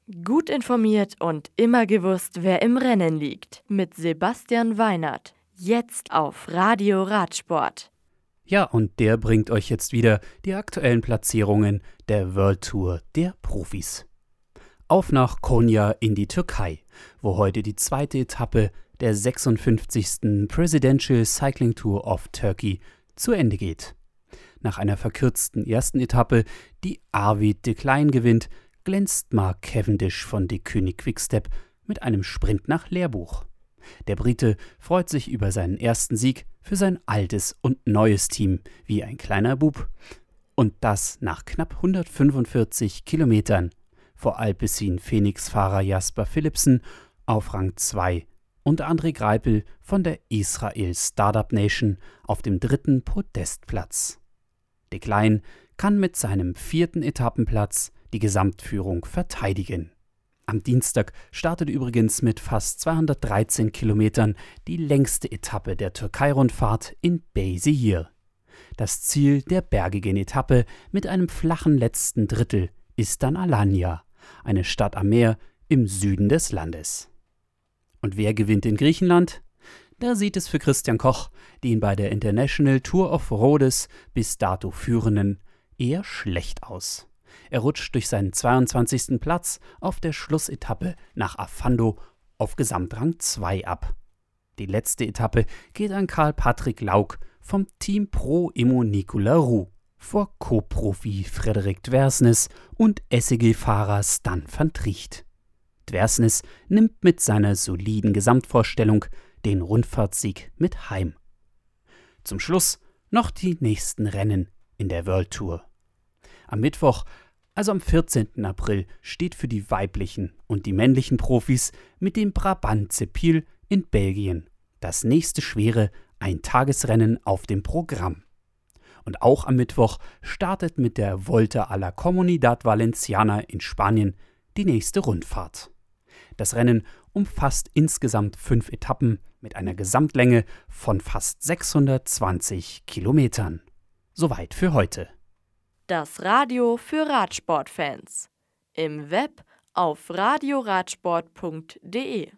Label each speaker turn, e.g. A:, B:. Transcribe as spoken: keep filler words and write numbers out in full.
A: Gut informiert und immer gewusst, wer im Rennen liegt. Mit Sebastian Weinert. Jetzt auf Radio Radsport.
B: Ja, und der bringt euch jetzt wieder die aktuellen Platzierungen der World Tour der Profis. Auf nach Konya in die Türkei, wo heute die zweite Etappe der sechsundfünfzigsten Presidential Cycling Tour of Turkey zu Ende geht. Nach einer verkürzten ersten Etappe, die Arvid de Klein gewinnt, glänzt Mark Cavendish von De König Quickstep mit einem Sprint nach Lehrbuch. Der Brite freut sich über seinen ersten Sieg für sein altes und neues Team wie ein kleiner Bub. Und das nach knapp hundertfünfundvierzig Kilometern vor Alpecin-Phoenix-Fahrer Jasper Philipsen auf Rang zwei und André Greipel von der Israel Startup Nation auf dem dritten Podestplatz. De Klein kann mit seinem vierten Etappenplatz die Gesamtführung verteidigen. Am Dienstag startet übrigens mit fast zweihundertdreizehn Kilometern die längste Etappe der Türkei-Rundfahrt in Beyşehir. Das Ziel der bergigen Etappe mit einem flachen letzten Drittel ist dann Alanya, eine Stadt am Meer im Süden des Landes. Und wer gewinnt in Griechenland? Da sieht es für Christian Koch, den bei der International Tour of Rhodes bis dato führenden, eher schlecht aus. Er rutscht durch seinen zweiundzwanzigsten Platz auf der Schlussetappe nach Afando auf Gesamtrang zwei ab. Die letzte Etappe geht an Karl-Patrick Lauk vom Team Pro Immo Nicola Roux vor Co-Profi Frederik Dversnes und S E G-Fahrer Stan van Tricht. Dversnes nimmt mit seiner soliden Gesamtvorstellung den Rundfahrtsieg mit heim. Zum Schluss noch die nächsten Rennen in der World Tour. Am Mittwoch, also am vierzehnten April, steht für die weiblichen und die männlichen Profis mit dem Brabantse Pijl in Belgien das nächste schwere Eintagesrennen auf dem Programm. Und auch am Mittwoch startet mit der Volta a la Comunidad Valenciana in Spanien die nächste Rundfahrt. Das Rennen umfasst insgesamt fünf Etappen mit einer Gesamtlänge von fast sechshundertzwanzig Kilometern. Soweit für heute.
A: Das Radio für Radsportfans. Im Web auf radioradsport punkt de